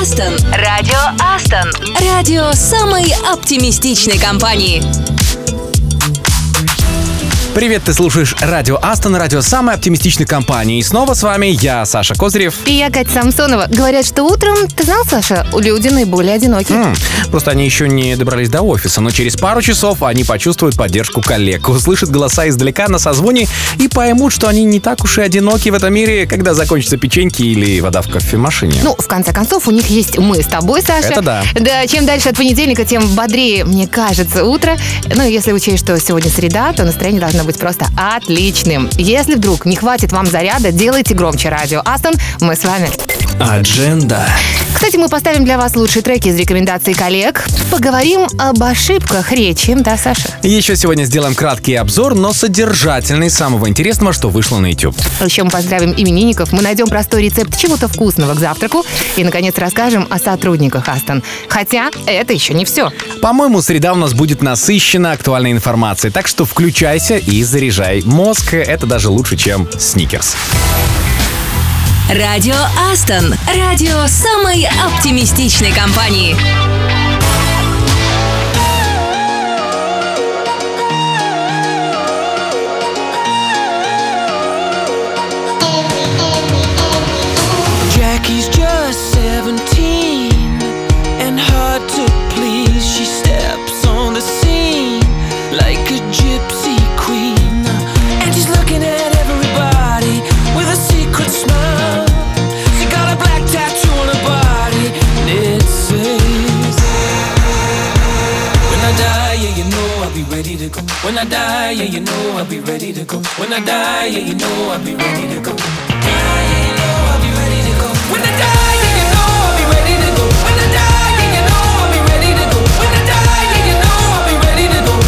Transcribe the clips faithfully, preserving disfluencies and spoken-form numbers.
Астон. Радио Астон. Радио самой оптимистичной компании. Привет, ты слушаешь Радио Астон, радио самой оптимистичной компании. И снова с вами я, Саша Козырев. И я, Катя Самсонова. Говорят, что утром, ты знал, Саша, люди наиболее одинокие. М, Просто они еще не добрались до офиса, но через пару часов они почувствуют поддержку коллег, услышат голоса издалека на созвоне и поймут, что они не так уж и одиноки в этом мире, когда закончатся печеньки или вода в кофемашине. Ну, в конце концов, у них есть мы с тобой, Саша. Это да. Да, чем дальше от понедельника, тем бодрее, мне кажется, утро. Ну, если учесть, что сегодня среда, то настроение должно быть просто отличным. Если вдруг не хватит вам заряда, делайте громче радио Астон. Мы с вами. Адженда. Кстати, мы поставим для вас лучшие треки из рекомендаций коллег. Поговорим об ошибках речи, да, Саша? Еще сегодня сделаем краткий обзор, но содержательный, самого интересного, что вышло на YouTube. Еще мы поздравим именинников, мы найдем простой рецепт чего-то вкусного к завтраку и, наконец, расскажем о сотрудниках Астон. Хотя это еще не все. По-моему, среда у нас будет насыщена актуальной информацией, так что включайся и заряжай мозг. Это даже лучше, чем Сникерс. Радио Астон. Радио самой оптимистичной компании. Jackie's just seventeen and hard to please. She steps on the scene like a gypsy queen, and she's looking at everybody with a secret smile. She got a black tattoo on her body, and it says, when I die, yeah, you know I'll be ready to go. When I die, yeah, you know I'll be ready to go. When I die, yeah, you know I'll be ready to go. When I die, yeah, you know I'll be ready to go. When I die, yeah, you know I'll be ready to go. When I die, yeah, you know I'll be ready to go.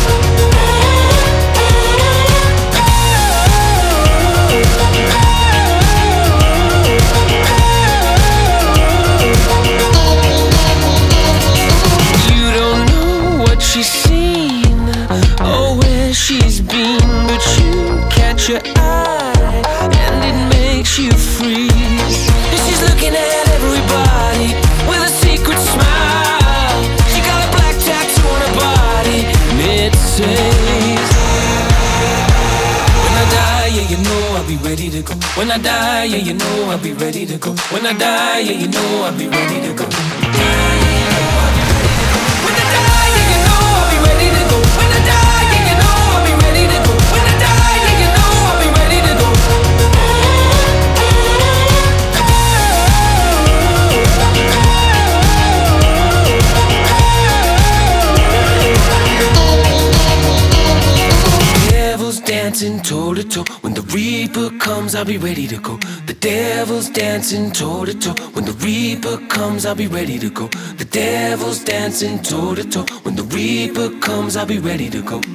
You don't know what she's seen or where she's been, but you catch her eye and it makes you freeze. She's looking at everybody with a secret smile. She got a black tattoo on her body, and it says, when I die, yeah, you know I'll be ready to go. When I die, yeah, you know I'll be ready to go. When I die, yeah, you know I'll be ready to go. When I die, yeah, you know I'll be ready to go. When I die, yeah, you know I'll be ready to go. When I die, yeah, you know I'll be ready to go. Dancing toe to toe. When the Reaper comes, I'll be ready to go. The devil's dancing toe to toe. When the Reaper comes, I'll be ready to go. The devil's dancing toe to toe. When the Reaper comes, I'll be ready to go.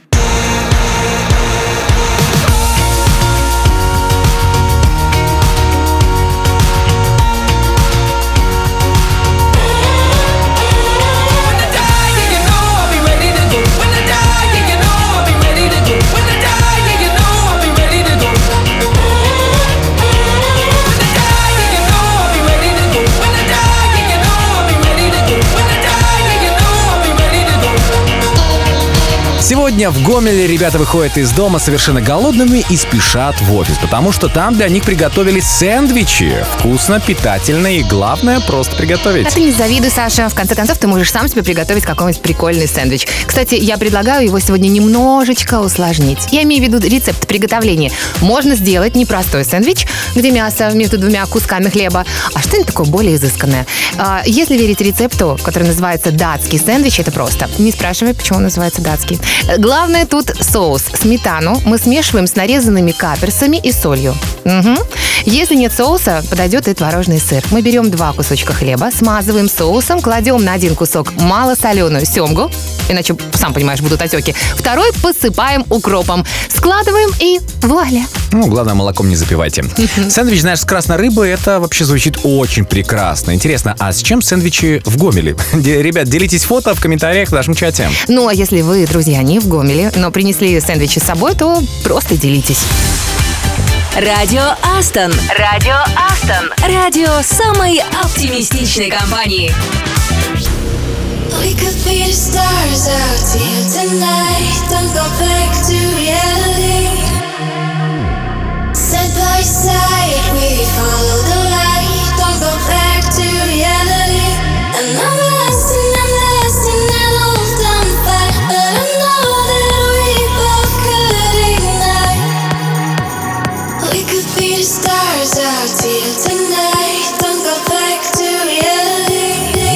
Сегодня в Гомеле ребята выходят из дома совершенно голодными и спешат в офис, потому что там для них приготовили сэндвичи. Вкусно, питательно и, главное, просто приготовить. А ты не завидуй, Саша. В конце концов, ты можешь сам себе приготовить какой-нибудь прикольный сэндвич. Кстати, я предлагаю его сегодня немножечко усложнить. Я имею в виду рецепт приготовления. Можно сделать непростой сэндвич, где мясо между двумя кусками хлеба, а что-нибудь такое более изысканное. Если верить рецепту, который называется датский сэндвич, это просто. Не спрашивай, почему он называется датский. Главное тут соус. Сметану мы смешиваем с нарезанными каперсами и солью. Угу. Если нет соуса, подойдет и творожный сыр. Мы берем два кусочка хлеба, смазываем соусом, кладем на один кусок малосоленую семгу, иначе, сам понимаешь, будут отеки. Второй посыпаем укропом. Складываем и вуаля. Ну, главное, молоком не запивайте. Сэндвич, знаешь, с красной рыбой, это вообще звучит очень прекрасно. Интересно, а с чем сэндвичи в Гомеле? Ребят, делитесь фото в комментариях в нашем чате. Ну, а если вы, друзья, не в Гомеле, но принесли сэндвичи с собой, то просто делитесь. Радио Астон. Радио Астон. Радио самой оптимистичной компании. We could be the stars out here tonight. Don't go back to reality. Side by side, we follow the light. Don't go back to reality. And I'm lost and I'm lost in that old dumb fight. But I know that we both could ignite. We could be the stars out here tonight. Don't go back to reality.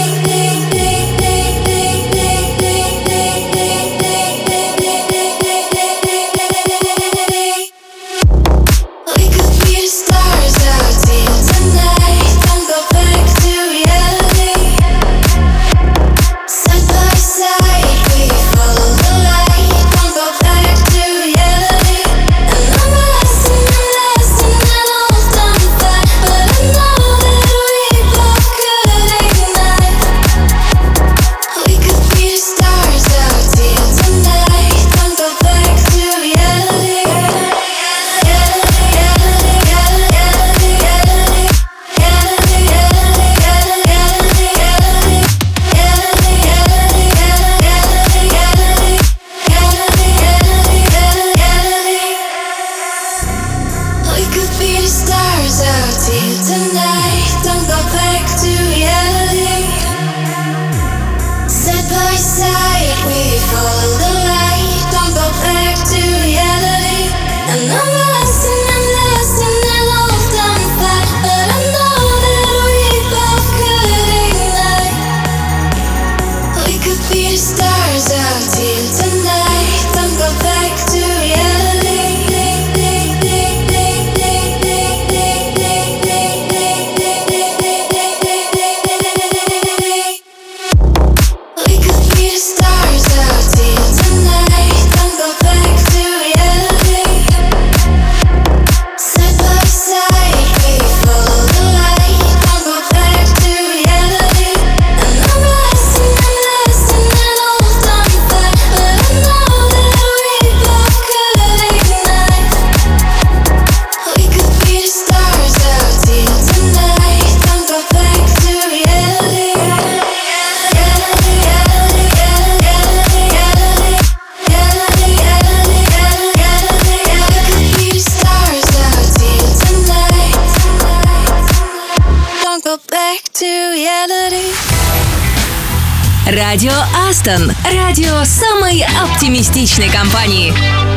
Радио Астон. Радио самой оптимистичной компании.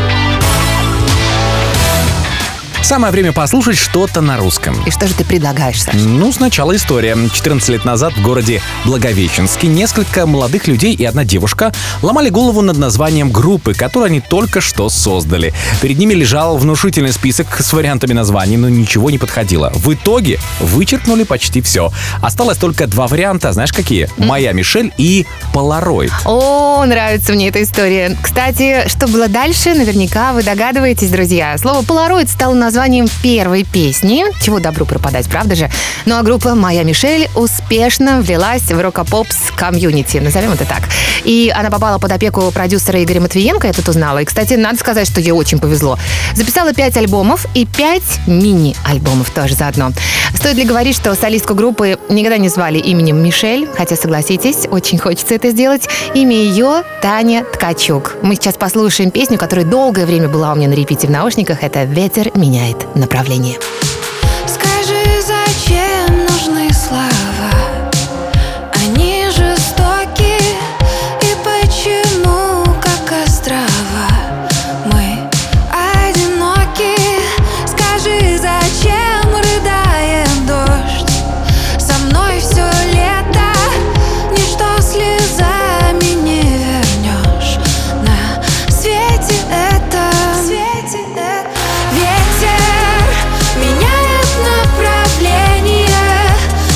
Самое время послушать что-то на русском. И что же ты предлагаешь, Саша? Ну, сначала история. четырнадцать лет назад в городе Благовещенске несколько молодых людей и одна девушка ломали голову над названием группы, которую они только что создали. Перед ними лежал внушительный список с вариантами названий, но ничего не подходило. В итоге вычеркнули почти все. Осталось только два варианта. Знаешь, какие? «Моя Мишель» и «Полароид». О, нравится мне эта история. Кстати, что было дальше, наверняка вы догадываетесь, друзья. Слово «Полароид» стало названием первой песни. Чего добру пропадать, правда же? Ну а группа «Моя Мишель» успешно влилась в рок-попс-комьюнити, назовем это так. И она попала под опеку продюсера Игоря Матвиенко, я тут узнала. И, кстати, надо сказать, что ей очень повезло. Записала пять альбомов и пять мини-альбомов тоже заодно. Стоит ли говорить, что солистку группы никогда не звали именем Мишель, хотя, согласитесь, очень хочется это сделать. Имя ее Таня Ткачук. Мы сейчас послушаем песню, которая долгое время была у меня на репите в наушниках. Это «Ветер меняет направление». Скажи, зачем нужны слова? Они жестоки, и почему, как острова, мы одиноки? Скажи, зачем рыдает дождь? Со мной все лето, ничто слезами не вернешь. На свете это, свете это ветер меняет направление.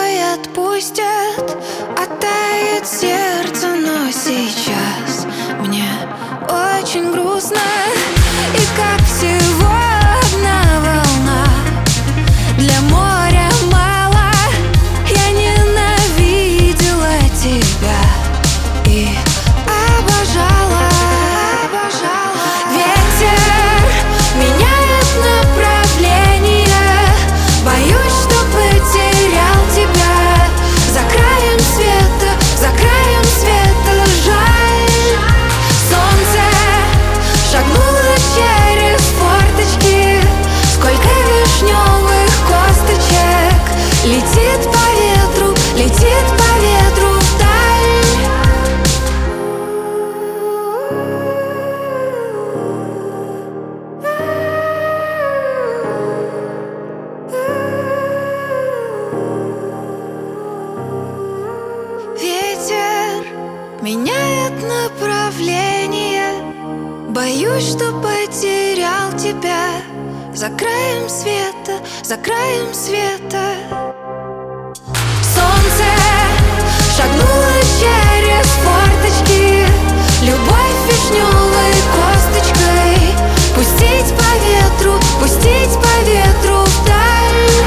мой отпустят, оттает сердце, но сейчас мне очень грустно. И как всего одна волна, для моря мало. Я ненавидела тебя и обожала, обожала. Ветер меняет направление, боюсь, что потерял тебя. За краем света, за краем света, жаль. Солнце шагнуло через форточки, сколько вишневых косточек. Летит по ветру, летит по ветру вдаль. Ветер меняет направление, боюсь, что потерял тебя. За краем света, за краем света. Солнце шагнуло через форточки, любовь вишневой косточкой. Пустить по ветру, пустить по ветру вдаль.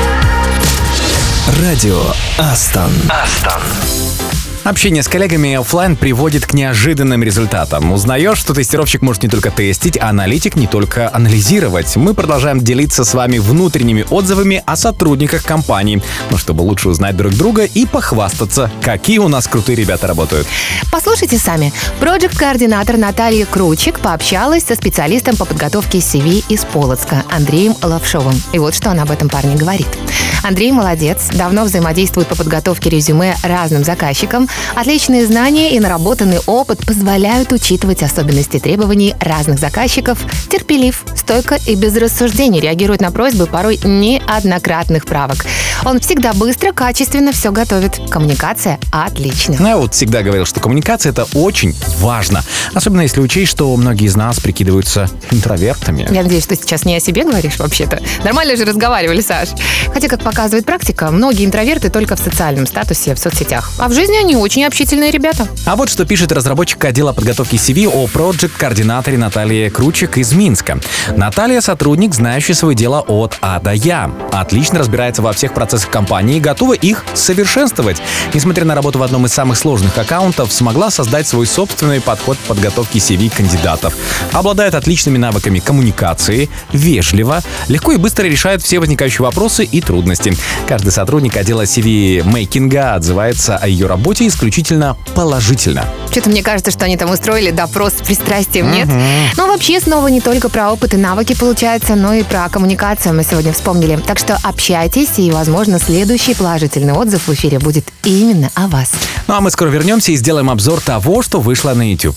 Радио Астон. Астон. Общение с коллегами оффлайн приводит к неожиданным результатам. Узнаешь, что тестировщик может не только тестить, а аналитик не только анализировать. Мы продолжаем делиться с вами внутренними отзывами о сотрудниках компании, ну, чтобы лучше узнать друг друга и похвастаться, какие у нас крутые ребята работают. Послушайте сами. Проджект-координатор Наталья Кручик пообщалась со специалистом по подготовке си ви из Полоцка Андреем Лавшовым. И вот что она об этом парне говорит. Андрей молодец, давно взаимодействует по подготовке резюме разным заказчикам. Отличные знания и наработанный опыт позволяют учитывать особенности требований разных заказчиков. Терпелив, стойко и без рассуждений реагирует на просьбы порой неоднократных правок. Он всегда быстро, качественно все готовит. Коммуникация отличная. Ну, я вот всегда говорил, что коммуникация — это очень важно. Особенно если учесть, что многие из нас прикидываются интровертами. Я надеюсь, что сейчас не о себе говоришь вообще-то. Нормально же разговаривали, Саш. Хотя, как показывает практика, многие интроверты только в социальном статусе в соцсетях. А в жизни они очень общительные ребята. А вот что пишет разработчик отдела подготовки си ви о проджект-координаторе Наталье Кручик из Минска. Наталья — сотрудник, знающий свое дело от А до Я. Отлично разбирается во всех процессах компании и готова их совершенствовать. Несмотря на работу в одном из самых сложных аккаунтов, смогла создать свой собственный подход к подготовке си ви кандидатов. Обладает отличными навыками коммуникации, вежливо, легко и быстро решает все возникающие вопросы и трудности. Каждый сотрудник отдела си ви-мейкинга отзывается о ее работе исключительно положительно. Что-то мне кажется, что они там устроили допрос с пристрастием, нет? Но вообще снова не только про опыт и навыки получается, но и про коммуникацию мы сегодня вспомнили. Так что общайтесь, и, возможно, следующий положительный отзыв в эфире будет именно о вас. Ну а мы скоро вернемся и сделаем обзор того, что вышло на YouTube.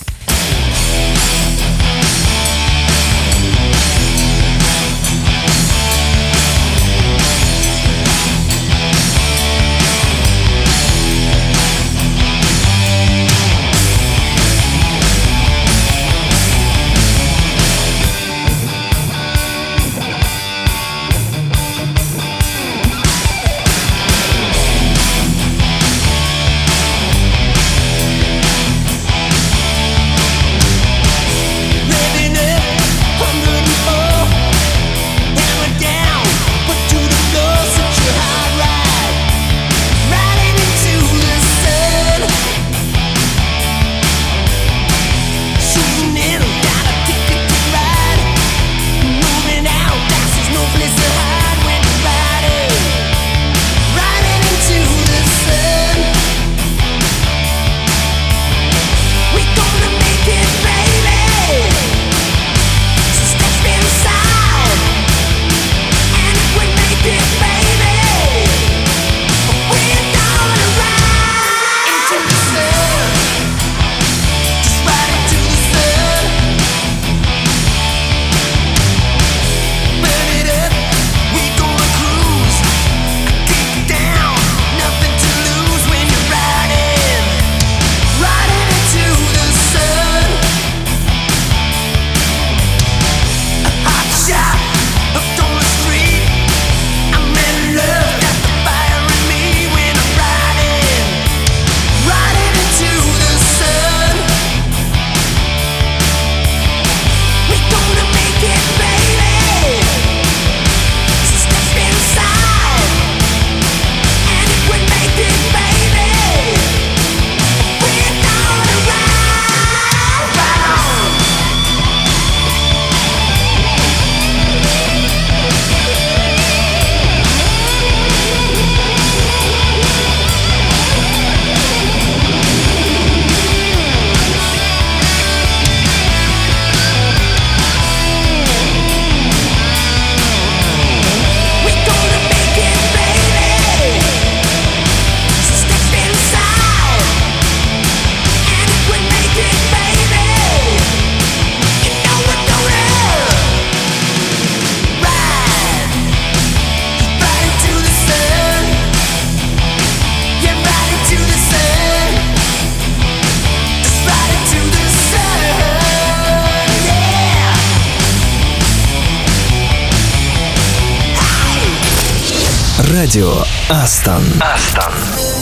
Радио Астон. Астон.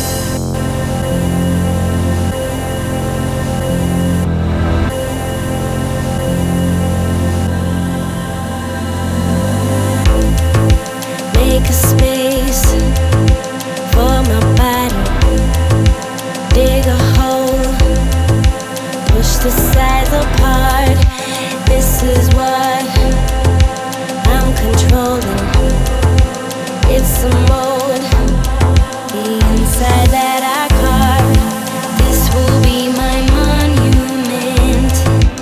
Make a space for my body. Dig a hole, push the sides apart. This is what I'm controlling. It's a mode, the inside that I carve. This will be my monument.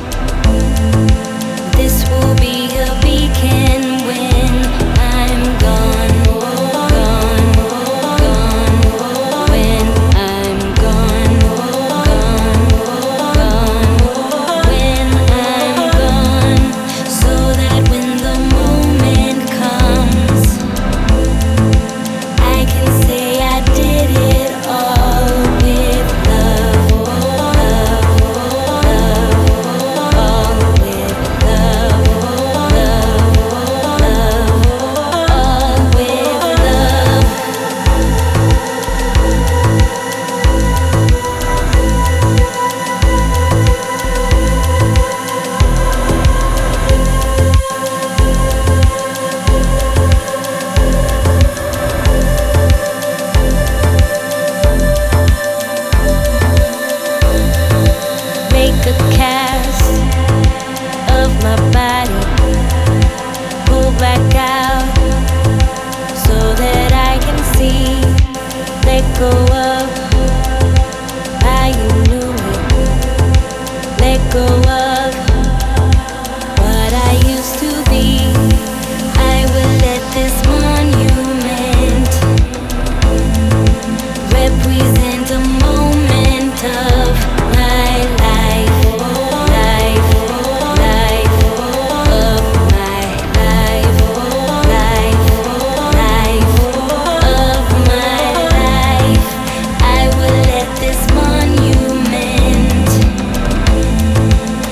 This will be a beacon when I'm gone, gone, gone. When I'm gone, gone, gone. When I'm gone, so that when the moment comes, I can say I did it all with love, love, love, all with love, love, love, all with love. Make a cast of my body, pull back out so that I can see. Let go of how you knew me. Let go of what I used to be. I will let this monument represent a moment of my life, life, life, of my life, life, life, of my life. I will let this monument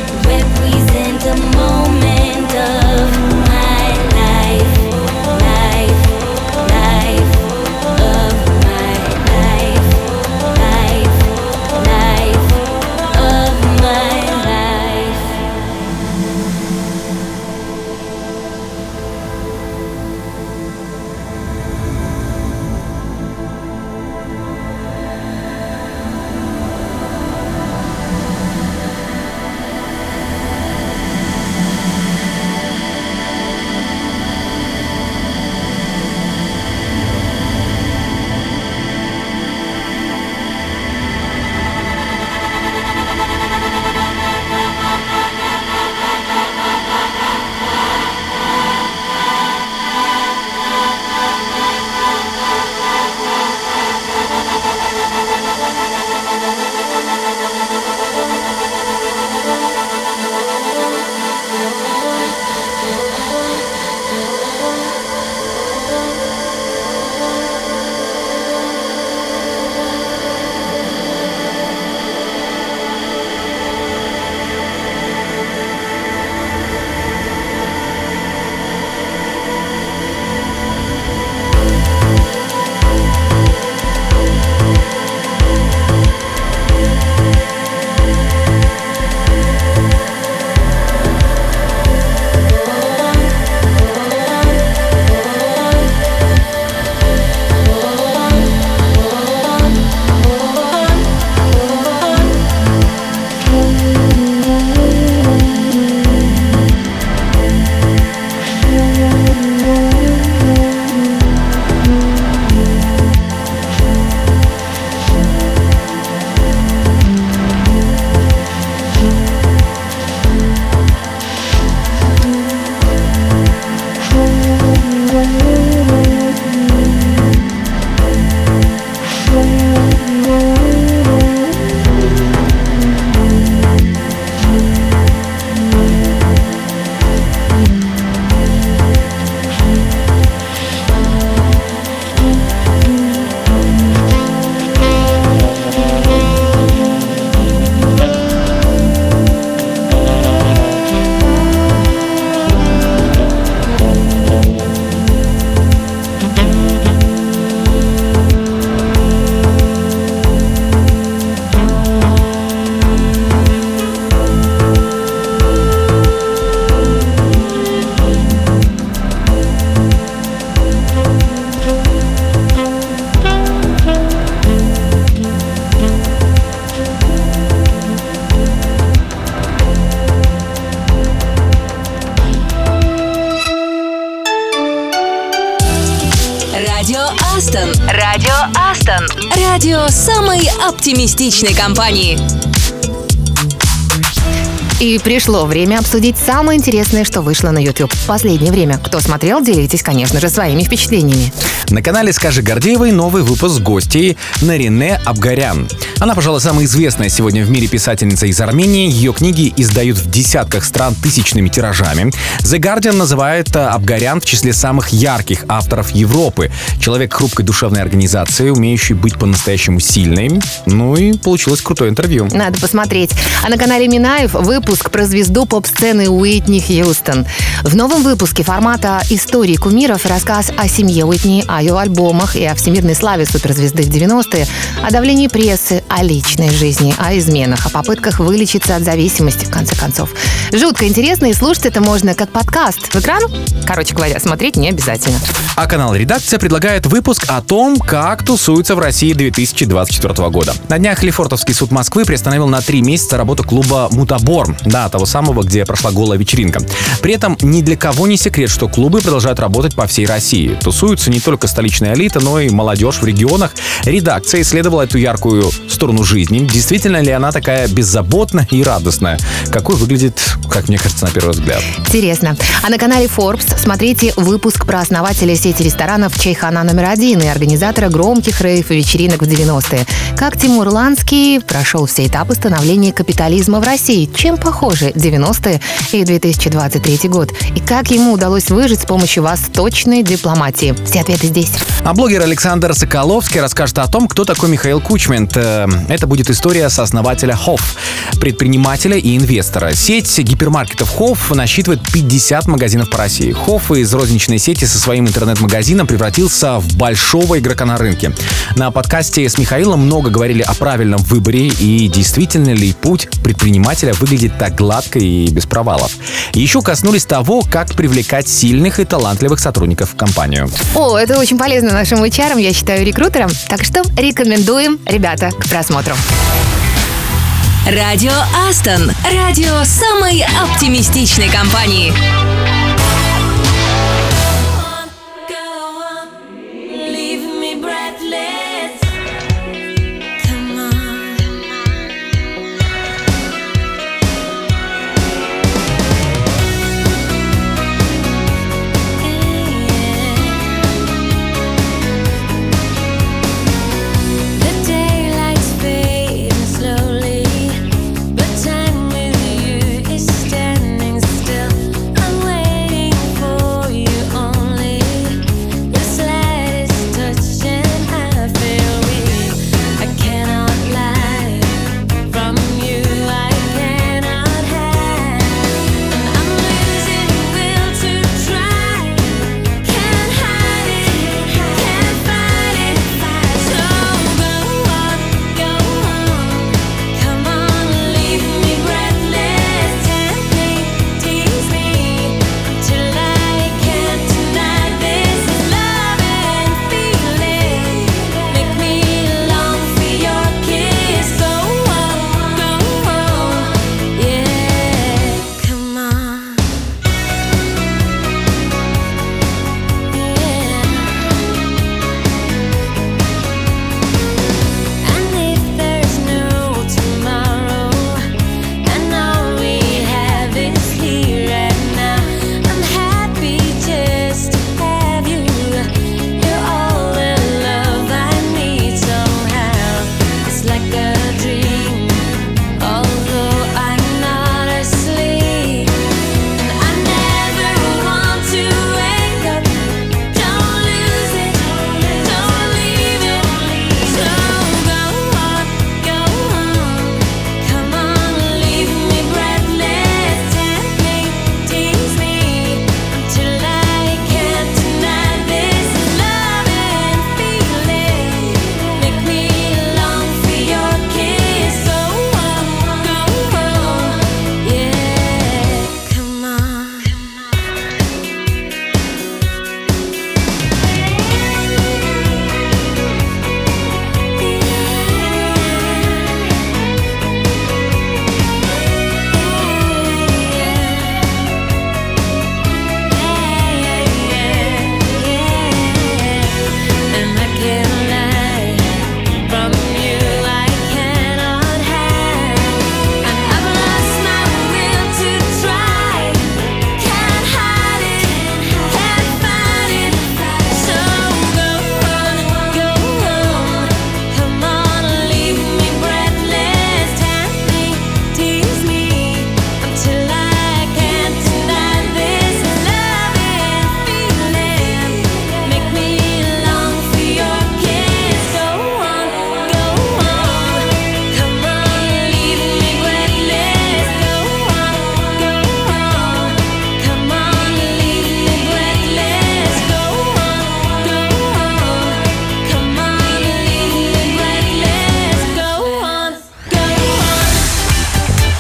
Радио самой оптимистичной компании. И пришло время обсудить самое интересное, что вышло на YouTube в последнее время. Кто смотрел, делитесь, конечно же, своими впечатлениями. На канале «Скажи Гордеевой» новый выпуск с гостьей Нарине Абгарян. Она, пожалуй, самая известная сегодня в мире писательница из Армении. Ее книги издают в десятках стран тысячными тиражами. The Guardian называет Абгарян в числе самых ярких авторов Европы. Человек хрупкой душевной организации, умеющий быть по-настоящему сильной. Ну и получилось крутое интервью. Надо посмотреть. А на канале Минаев выпуск про звезду поп-сцены Уитни Хьюстон. В новом выпуске формата «Истории кумиров» рассказ о семье Уитни, о ее альбомах и о всемирной славе суперзвезды в девяностые, о давлении прессы, о личной жизни, о изменах, о попытках вылечиться от зависимости, в конце концов. Жутко интересно, и слушать это можно как подкаст в экран. Короче говоря, смотреть не обязательно. А канал «Редакция» предлагает выпуск о том, как тусуются в России две тысячи двадцать четвёртого года. На днях Лефортовский суд Москвы приостановил на три месяца работу клуба «Мутабор». Да, того самого, где прошла голая вечеринка. При этом ни для кого не секрет, что клубы продолжают работать по всей России. Тусуются не только столичная элита, но и молодежь в регионах. Редакция исследовала эту яркую сторону жизни. Действительно ли она такая беззаботная и радостная? Какой выглядит, как мне кажется, на первый взгляд. Интересно. А на канале Forbes смотрите выпуск про основателя сети ресторанов «Чайхана номер один» и организатора громких рейв и вечеринок в девяностые. Как Тимур Ланский прошел все этапы становления капитализма в России. Чем похожи девяностые и две тысячи двадцать третий год? И как ему удалось выжить с помощью восточной дипломатии? Все ответы здесь. А блогер Александр Соколовский расскажет о том, кто такой Михаил Кучмент. Это будет история сооснователя Хофф, предпринимателя и инвестора. Сеть гипермаркетов Хофф насчитывает пятьдесят магазинов по России. Хофф из розничной сети со своим интернет-магазином превратился в большого игрока на рынке. На подкасте с Михаилом много говорили о правильном выборе и действительно ли путь предпринимателя выглядит так гладко и без провалов. Еще коснулись того, как привлекать сильных и талантливых сотрудников в компанию. О, это очень полезно нашим эйч ар, я считаю, рекрутерам. Так что рекомендуем, ребята, к просмотру. Радио Астон. Радио самой оптимистичной компании. Time with you is standing still. I'm waiting.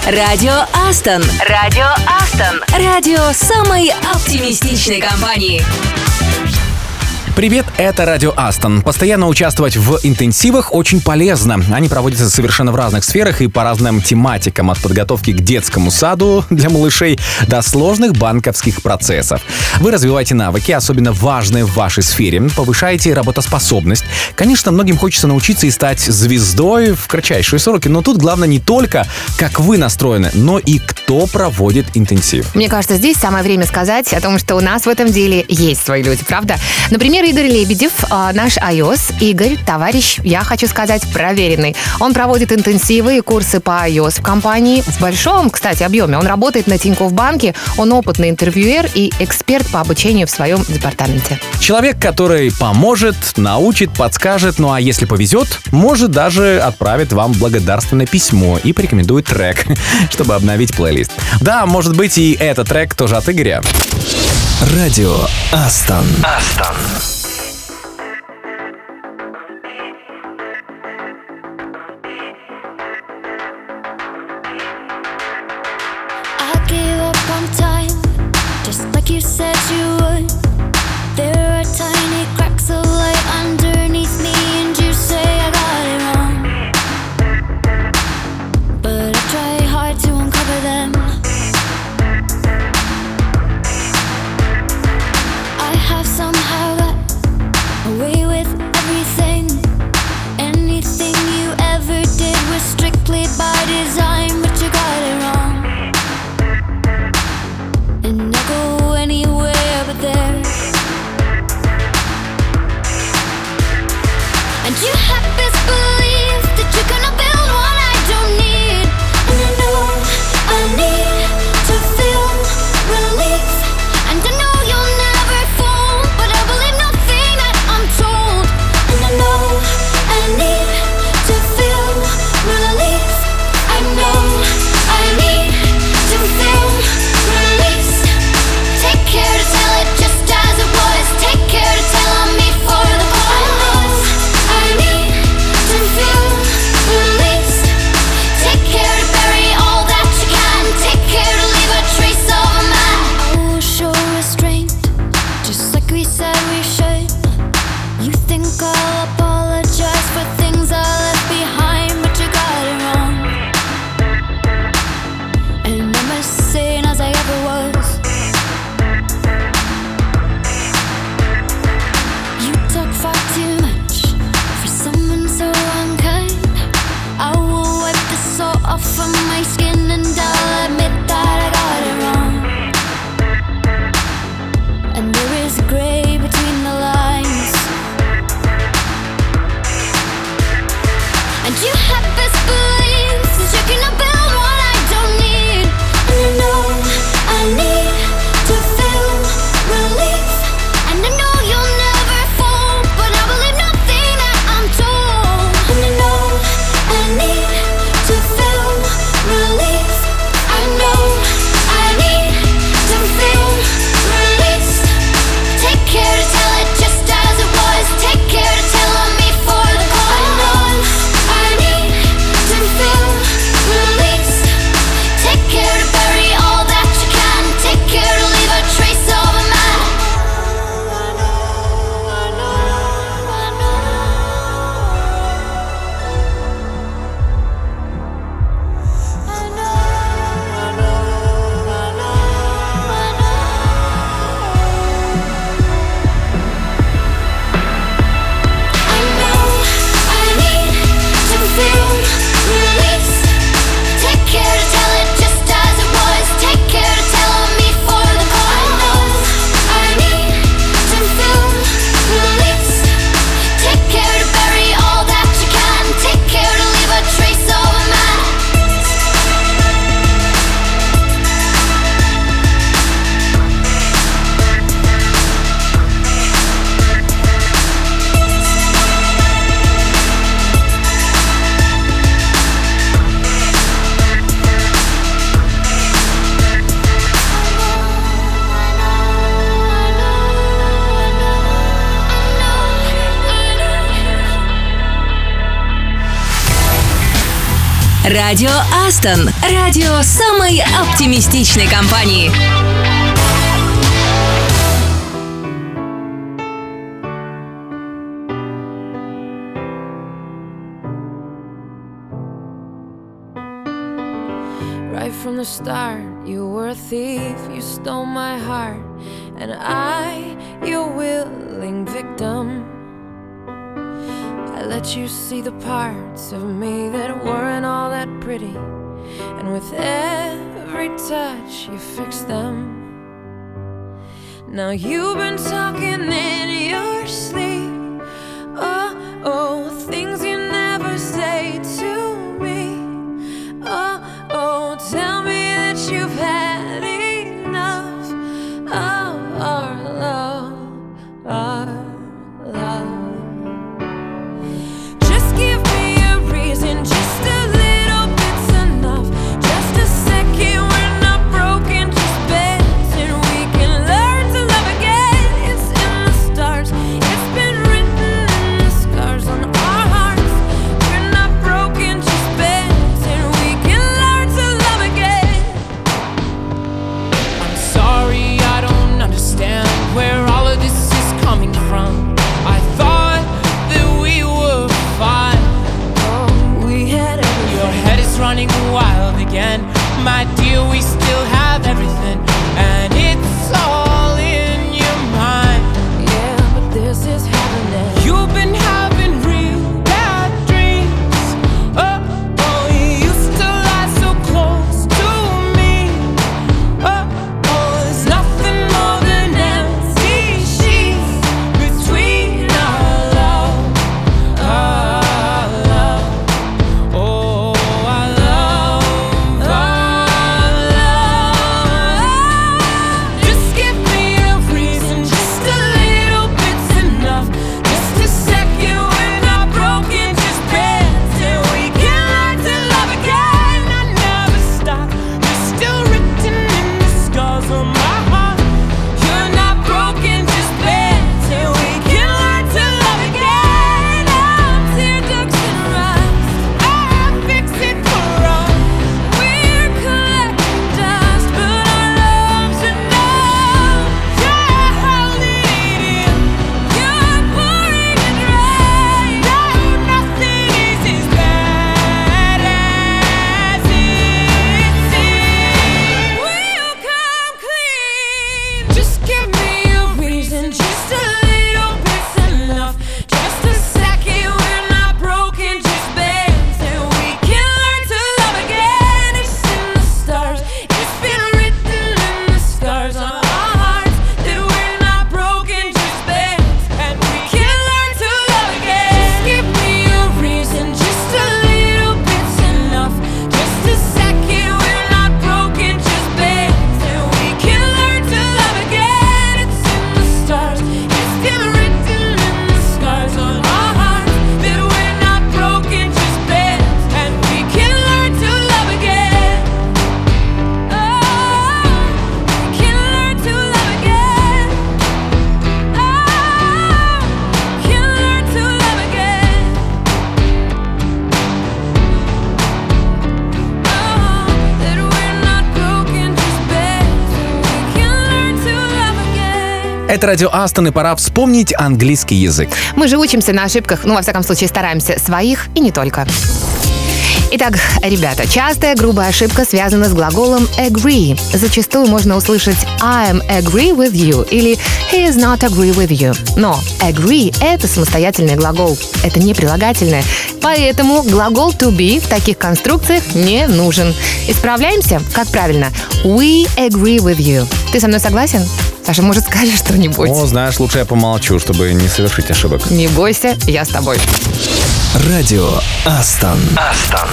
Радио Астон. Радио Астон. Радио самой оптимистичной компании. Привет, это Радио Астон. Постоянно участвовать в интенсивах очень полезно. Они проводятся совершенно в разных сферах и по разным тематикам, от подготовки к детскому саду для малышей до сложных банковских процессов. Вы развиваете навыки, особенно важные в вашей сфере, повышаете работоспособность. Конечно, многим хочется научиться и стать звездой в кратчайшие сроки, но тут главное не только, как вы настроены, но и кто проводит интенсив. Мне кажется, здесь самое время сказать о том, что у нас в этом деле есть свои люди, правда? Например, Игорь Лебедев, наш iOS. Игорь, товарищ, я хочу сказать, проверенный. Он проводит интенсивы и курсы по iOS в компании в большом, кстати, объеме. Он работает на Тинькофф банке, он опытный интервьюер и эксперт по обучению в своем департаменте. Человек, который поможет, научит, подскажет, ну а если повезет, может даже отправит вам благодарственное письмо и порекомендует трек, чтобы обновить плейлист. Да, может быть, и этот трек тоже от Игоря. Радио Астон. Астон. You said you would. There are tiny cracks of light underneath me, and you say I got it wrong. But I try hard to uncover them. I have somehow got away with everything. Anything you ever did was strictly by design, but you got it wrong. And I go anywhere Радио Астон. Радио самой оптимистичной компании. Right from the start, you were a thief, you stole my heart, and I, your willing victim. I let you see the parts of me that weren't all that pretty, and with every touch you fixed them. Now you've been talking in your sleep, oh, oh, things you never say to me. Oh, oh, tell me that you've had enough of our love, our love. Just give me a reason, just a little bit's enough. Just a second, we're not broken, just bends, and we can learn to love again. It's in the stars, it's been written in the scars on our hearts. We're not broken, just bends, and we can learn to love again. I'm sorry, I don't understand where all of this is coming from. I thought that we were fine. Oh, we had everything. Your head is running wild again. My dear, we still have everything, and it's all in your mind. Yeah, but this is happening. You've been having real bad dreams. Oh, oh, you used to lie so close to me. Oh, oh, there's nothing more than empty sheets between our love, our love. Oh, our love, our love. Just give me a reason, just a little bit's enough. Just a second, we're not broken, just bends, and we can learn to love again. I never stop, you're still written in the scars on my heart. You're not broken, just bends, and we can learn to love again. I'm tear ducts and rust, I'll fix it for us. We're collecting dust, but our love's enough. You're holding it in, you're pouring it right. No, nothing is as bad as it seems. We'll come clean. Just give me a reason, just a little bit's enough. Just a second, we're not broken, just bends, and we can learn to love again. It's in the stars, it's been written in the scars on our hearts that we're not broken, just bends, and we can learn to love again. Just give me a reason, just a little bit's enough. Just a second, we're not broken, just bends, and we can learn to love again. It's in the stars, it's been written in the scars on our hearts that we're not broken, just bends, and we can learn to love again. Oh, we can learn to love again. Oh, we can learn to love again. Oh, that we're not broken, just bends, and we can learn to love again. Это радио Астон, и пора вспомнить английский язык. Мы же учимся на ошибках, ну, во всяком случае, стараемся своих и не только. Итак, ребята, частая грубая ошибка связана с глаголом agree. Зачастую можно услышать I'm agree with you или he is not agree with you. Но agree — это самостоятельный глагол, это не прилагательное. Поэтому глагол to be в таких конструкциях не нужен. Исправляемся? Как правильно? We agree with you. Ты со мной согласен? Саша, может, скажешь что-нибудь? О, знаешь, лучше я помолчу, чтобы не совершить ошибок. Не бойся, я с тобой. Радио Астон. Астон.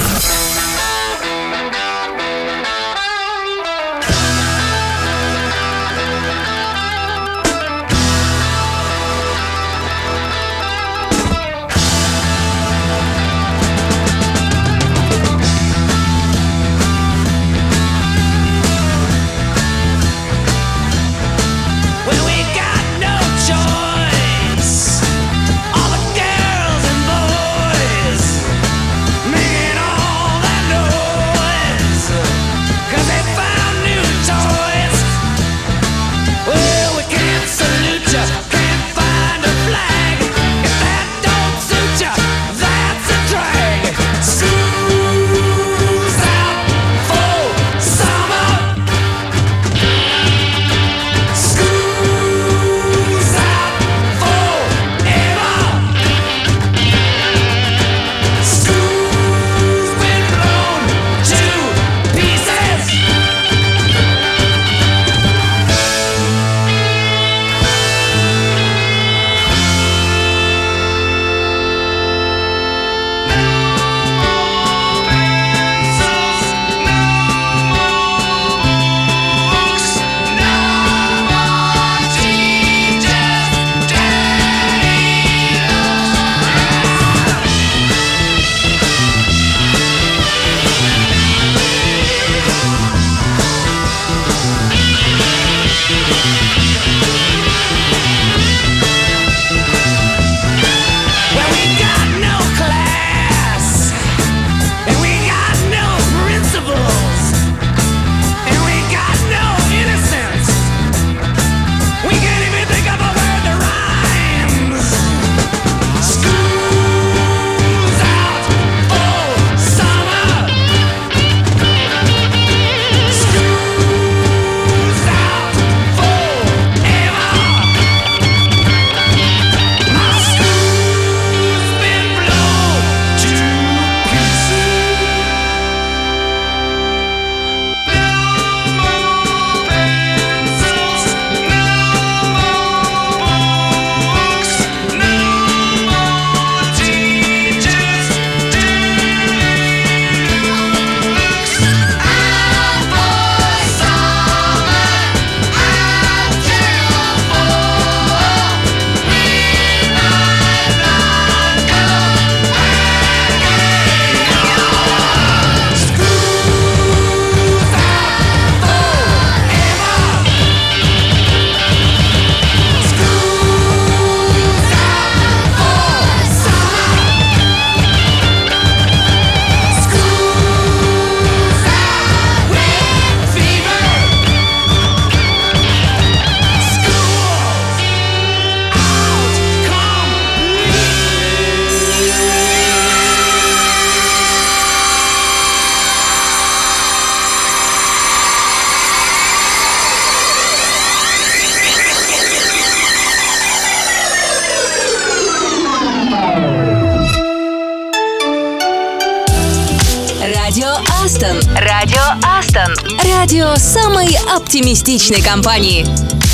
When we got no choice, all the girls and boys making all that Радио Астон. Радио Астон. Радио самой оптимистичной компании.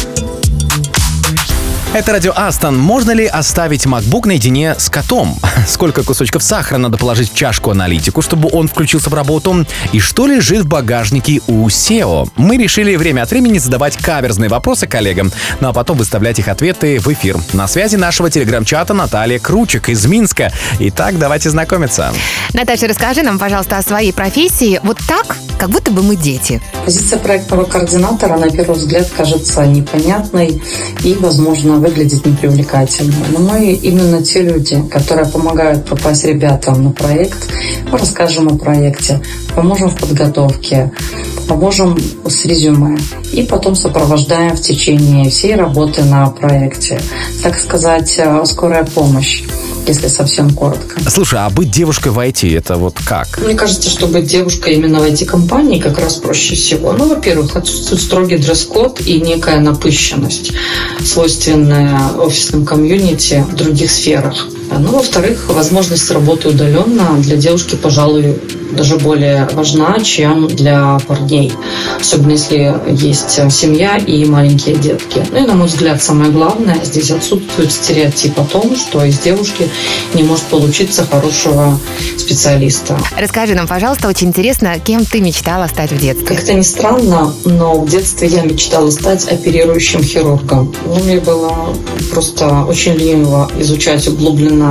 Это радио Астон. Можно ли оставить MacBook наедине с котом? Сколько кусочков сахара надо положить в чашку аналитику, чтобы он включился в работу? И что лежит в багажнике у сео? Мы решили время от времени задавать каверзные вопросы коллегам, ну а потом выставлять их ответы в эфир. На связи нашего телеграм-чата Наталья Кручик из Минска. Итак, давайте знакомиться. Наташа, расскажи нам, пожалуйста, о своей профессии. Вот так, как будто бы мы дети. Позиция проектного координатора на первый взгляд кажется непонятной и, возможно, выглядит непривлекательно. Но мы именно те люди, которые помогают попасть ребятам на проект. Мы расскажем о проекте, поможем в подготовке, поможем с резюме и потом сопровождаем в течение всей работы на проекте. Так сказать, скорая помощь, если совсем коротко. Слушай, а быть девушкой в ай ти — это вот как? Мне кажется, что быть девушкой именно в ай ти-компании как раз проще всего. Ну, во-первых, отсутствует строгий дресс-код и некая напыщенность, свойственная офисным комьюнити в других сферах. Ну, во-вторых, возможность работы удаленно для девушки, пожалуй, даже более важна, чем для парней. Особенно если есть семья и маленькие детки. Ну и, на мой взгляд, самое главное, здесь отсутствует стереотип о том, что из девушки не может получиться хорошего специалиста. Расскажи нам, пожалуйста, очень интересно, кем ты мечтала стать в детстве? Как-то не странно, но в детстве я мечтала стать оперирующим хирургом. Ну, мне было просто очень лениво изучать углубленно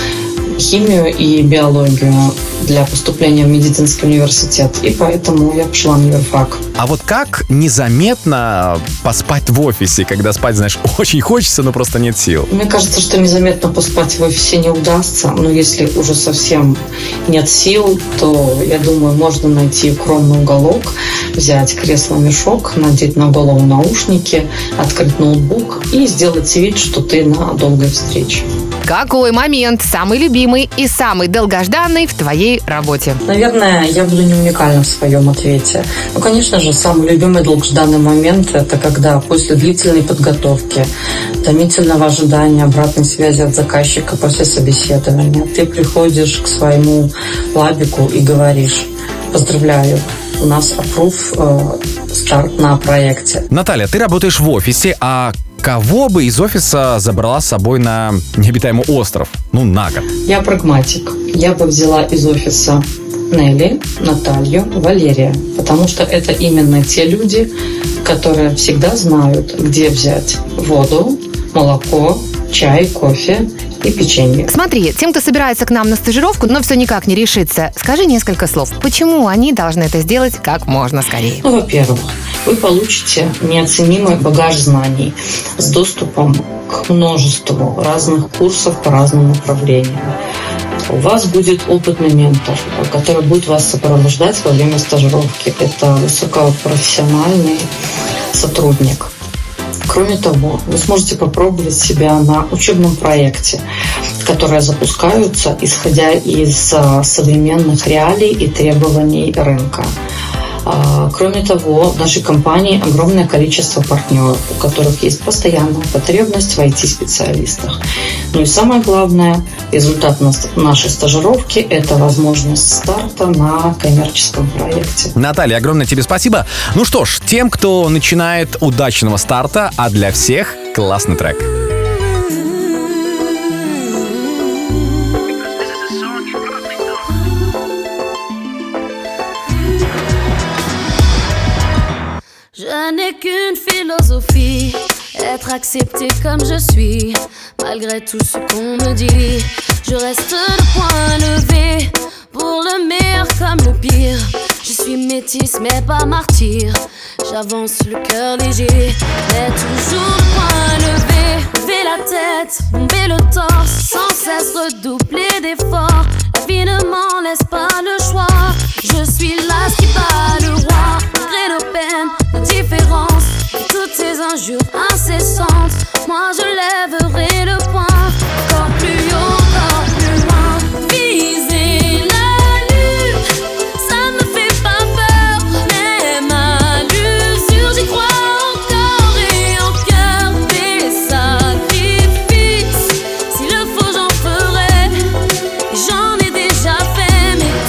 химию и биологию для поступления в медицинский университет, и поэтому я пошла на юрфак. А вот как незаметно поспать в офисе, когда спать, знаешь, очень хочется, но просто нет сил? Мне кажется, что незаметно поспать в офисе не удастся, но если уже совсем нет сил, то, я думаю, можно найти укромный уголок, взять кресло-мешок, надеть на голову наушники, открыть ноутбук и сделать вид, что ты на долгой встрече. Какой момент самый любимый и самый долгожданный в твоей работе? Наверное, я буду не уникальна в своем ответе. Ну, конечно же, самый любимый долгожданный момент – это когда после длительной подготовки, томительного ожидания обратной связи от заказчика после собеседования, ты приходишь к своему лабику и говоришь: поздравляю, у нас аппрув, э, старт на проекте. Наталья, ты работаешь в офисе, а кого бы из офиса забрала с собой на необитаемый остров? Ну, на год. Я прагматик. Я бы взяла из офиса Нелли, Наталью, Валерия. Потому что это именно те люди, которые всегда знают, где взять воду, молоко, чай, кофе и печенье. Смотри, тем, кто собирается к нам на стажировку, но все никак не решится, скажи несколько слов. Почему они должны это сделать как можно скорее? Ну, во-первых, вы получите неоценимый багаж знаний с доступом к множеству разных курсов по разным направлениям. У вас будет опытный ментор, который будет вас сопровождать во время стажировки. Это высокопрофессиональный сотрудник. Кроме того, вы сможете попробовать себя на учебном проекте, которые запускаются, исходя из современных реалий и требований рынка. Кроме того, в нашей компании огромное количество партнеров, у которых есть постоянная потребность в ай ти-специалистах. Ну и самое главное, результат нашей стажировки – это возможность старта на коммерческом проекте. Наталья, огромное тебе спасибо. Ну что ж, тем, кто начинает, удачного старта, а для всех классный трек. Je n'ai qu'une philosophie, être accepté comme je suis. Malgré tout ce qu'on me dit, je reste le point levé. Pour le meilleur comme le pire, je suis métisse mais pas martyr. J'avance le cœur léger, mais toujours le point levé. Lever la tête, bomber le torse, sans cesse redoubler d'efforts. La vie ne m'en laisse pas le choix. Je suis là qui bat le roi. Malgré nos peines, nos différences, et toutes ces injures incessantes, moi je lèverai le poing. Encore plus haut, encore plus loin. Viser la lune, ça ne me fait pas peur. Même à l'usure, j'y crois encore et en cœur. Des sacrifices, s'il le faut j'en ferai. J'en ai déjà fait, mais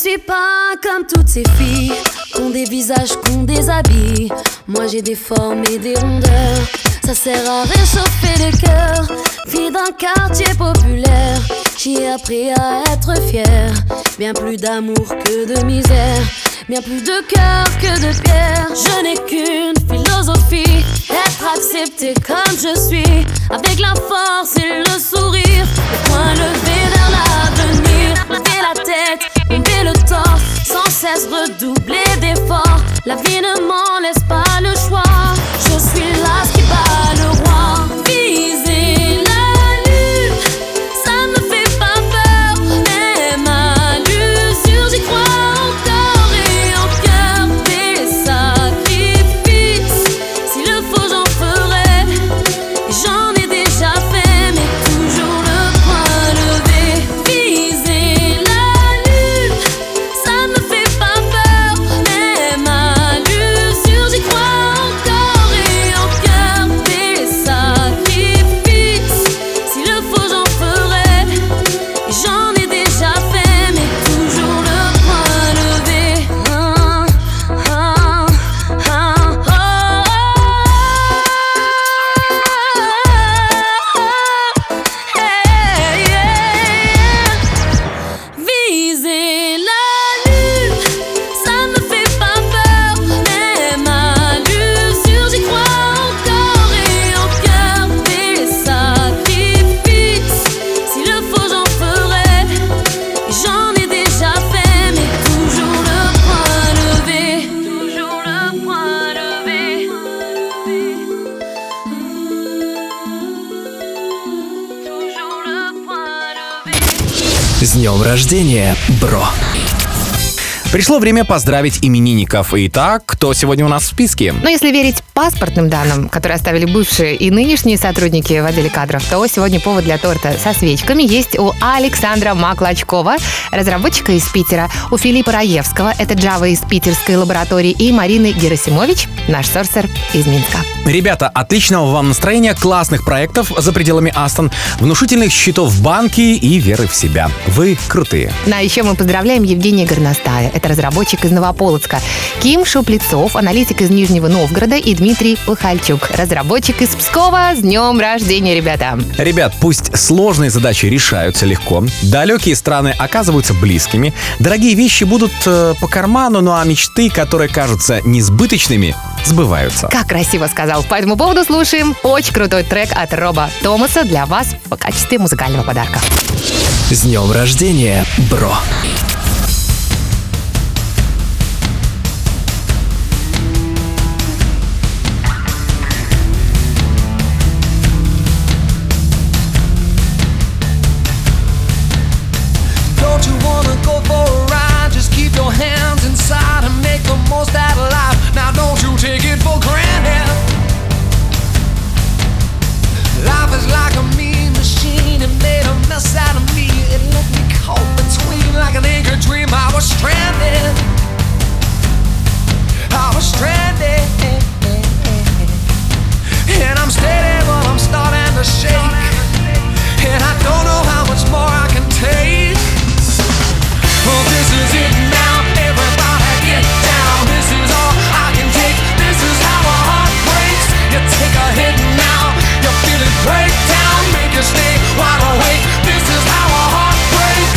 suis pas comme toutes ces filles qui ont des visages, qui ont des habits. Moi j'ai des formes et des rondeurs. Ça sert à réchauffer le cœur. Fille d'un quartier populaire, j'ai appris à être fière. Bien plus d'amour que de misère, bien plus de cœur que de pierre. Je n'ai qu'une philosophie, être accepté comme je suis, avec la force et le sourire, le poing levé vers l'avenir. Lever la tête, lever le torse, sans cesse redoubler d'efforts. La vie ne m'en laisse pas le choix. Je suis là qui bat le roi. Viser la lune, ça me fait pas peur. Même à l'usure, j'y crois encore et en cœur. Des sacrifices, s'il le faut j'en ferai. J'en ai déjà fait, mais toujours le point levé. Viser la lune, ça me fait pas peur. Même à l'usure, j'y crois encore et en cœur. Des sacrifices, s'il le faut j'en ferai. J'en ai déjà fait, mais toujours le point levé. Ah, ah, ah, ah, hey, yeah. Viser la lune, ça me fait pas peur. Même à l'usure, j'y crois encore et en cœur. Des sacrifices, s'il le faut j'en ferai. J'en ai déjà fait, mais toujours le point levé. Toujours le point levé. Toujours le point levé. С днем рождения, бро! Пришло время поздравить именинников. Итак, кто сегодня у нас в списке? Но если верить паспортным данным, которые оставили бывшие и нынешние сотрудники в отделе кадров, то сегодня повод для торта со свечками есть у Александра Маклачкова, разработчика из Питера, у Филиппа Раевского, это Java из питерской лаборатории, и Марины Герасимович, наш сорсер из Минска. Ребята, отличного вам настроения, классных проектов за пределами Астон, внушительных счетов в банке и веры в себя. Вы крутые. Ну, а еще мы поздравляем Евгения Горностая. Это разработчик из Новополоцка. Ким Шуплецов, аналитик из Нижнего Новгорода, и Дмитрий Пыхальчук, разработчик из Пскова. С днем рождения, ребята! Ребят, пусть сложные задачи решаются легко, далекие страны оказываются близкими, дорогие вещи будут э, по карману, ну а мечты, которые кажутся несбыточными, сбываются. Как красиво сказал. По этому поводу слушаем очень крутой трек от Роба Томаса для вас в качестве музыкального подарка. С днем рождения, бро! Don't you wanna go for a ride? Just keep your hands inside and make the most out of life. Now don't you take it for granted. Life is like a mean machine. It made a mess out of me. It left me caught between like an anchor dream. I was stranded. I was stranded. And I'm steady but I'm starting to shake. And I don't know how much more I can take. Well, this is it now. Everybody get down. This is all I can take. This is how a heart breaks. You take a hit now. You feel it break down. Make you stay wide awake. This is how a heart breaks.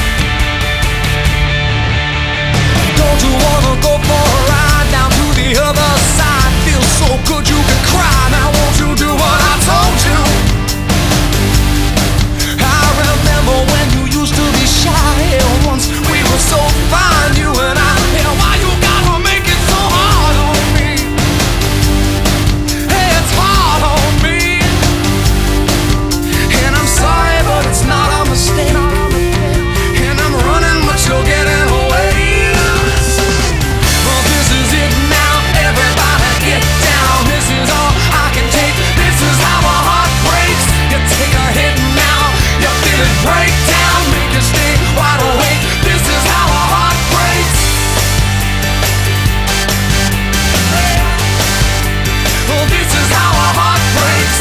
Don't you wanna go for a ride down to the other side? Feels so good you can cry. Now won't you do what I told you? I remember when you used to be shy. Once we were so fine, you and I. Yeah, why you gotta make it so hard on me? Hey, it's hard on me. And I'm sorry, but it's not a mistake. And I'm running, but you're getting away. Well, this is it now. Everybody get down. This is all I can take. This is how a heart breaks. You take a hit now. You feel it break down. Make you stay wide awake. This is how a heart breaks. Well, this is how a heart breaks.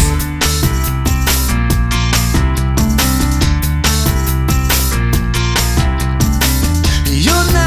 You're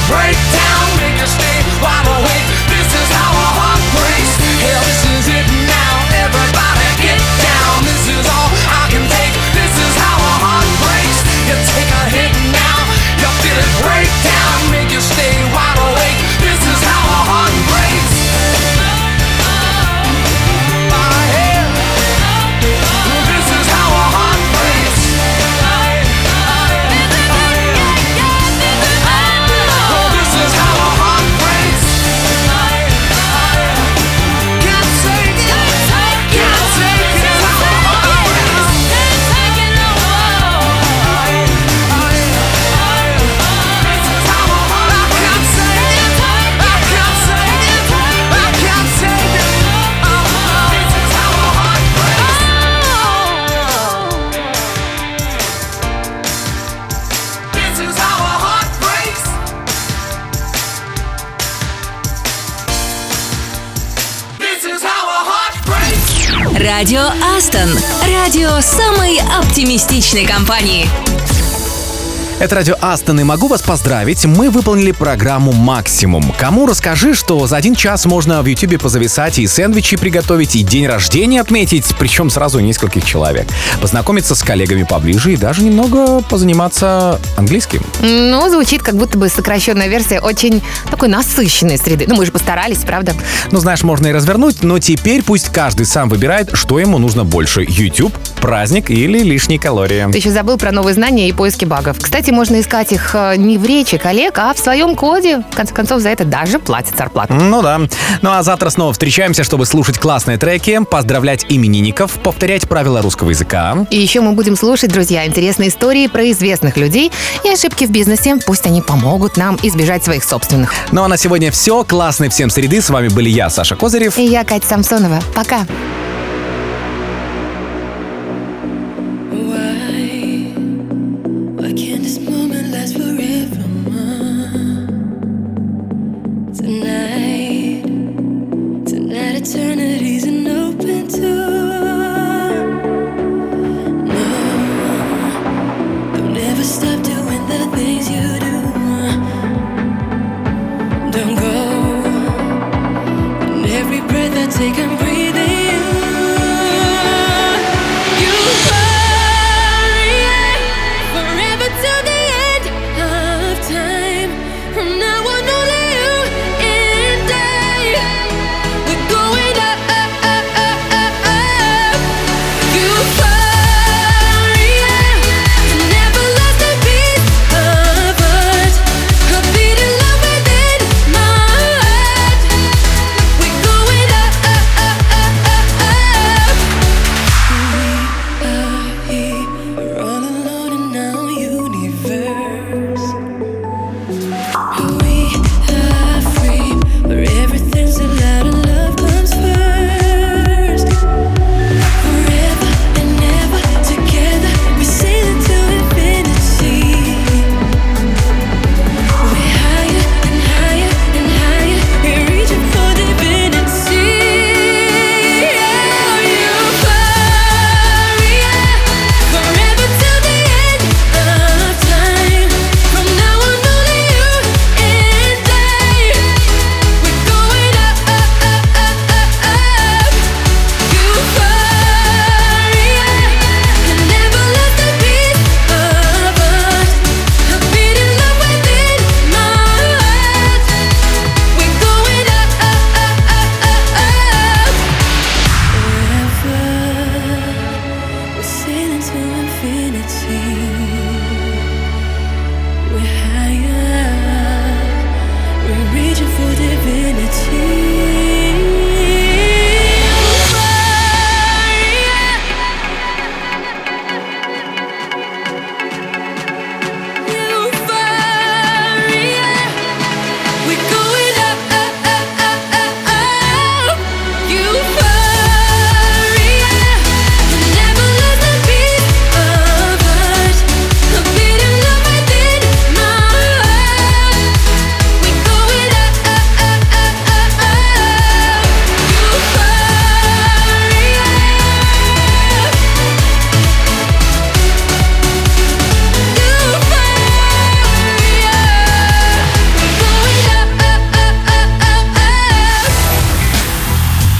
break down, make you stay wide awake. This is how a heart breaks. Hell, this is it now. Everybody get down. This is all I can take. This is how a heart breaks. You take a hit now. You feel it break down, make you stay wide awake. This is how a heart breaks. My head. This is how a heart breaks. Oh, this is how a heart breaks. Can't take it. Can't take it. How a heart breaks. Радио Астон. Радио самой оптимистичной компании. Это радио Астон, и могу вас поздравить. Мы выполнили программу «Максимум». Кому расскажи, что за один час можно в Ютубе позависать и сэндвичи приготовить, и день рождения отметить, причем сразу нескольких человек. Познакомиться с коллегами поближе и даже немного позаниматься английским. Ну, звучит как будто бы сокращенная версия очень такой насыщенной среды. Ну, мы же постарались, правда? Ну, знаешь, можно и развернуть, но теперь пусть каждый сам выбирает, что ему нужно больше. YouTube, праздник или лишние калории. Ты еще забыл про новые знания и поиски багов. Кстати, можно искать их не в речи коллег, а в своем коде. В конце концов, за это даже платят зарплату. Ну да. Ну а завтра снова встречаемся, чтобы слушать классные треки, поздравлять именинников, повторять правила русского языка. И еще мы будем слушать, друзья, интересные истории про известных людей и ошибки в бизнесе. Пусть они помогут нам избежать своих собственных. Ну а на сегодня все. Классной всем среды. С вами были я, Саша Козырев. И я, Катя Самсонова. Пока. Eternity's an open door. No, don't ever stop doing the things you do. Don't go. And every breath I take, I'm breathing you.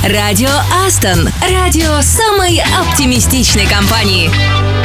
Радио Астон. Радио самой оптимистичной компании.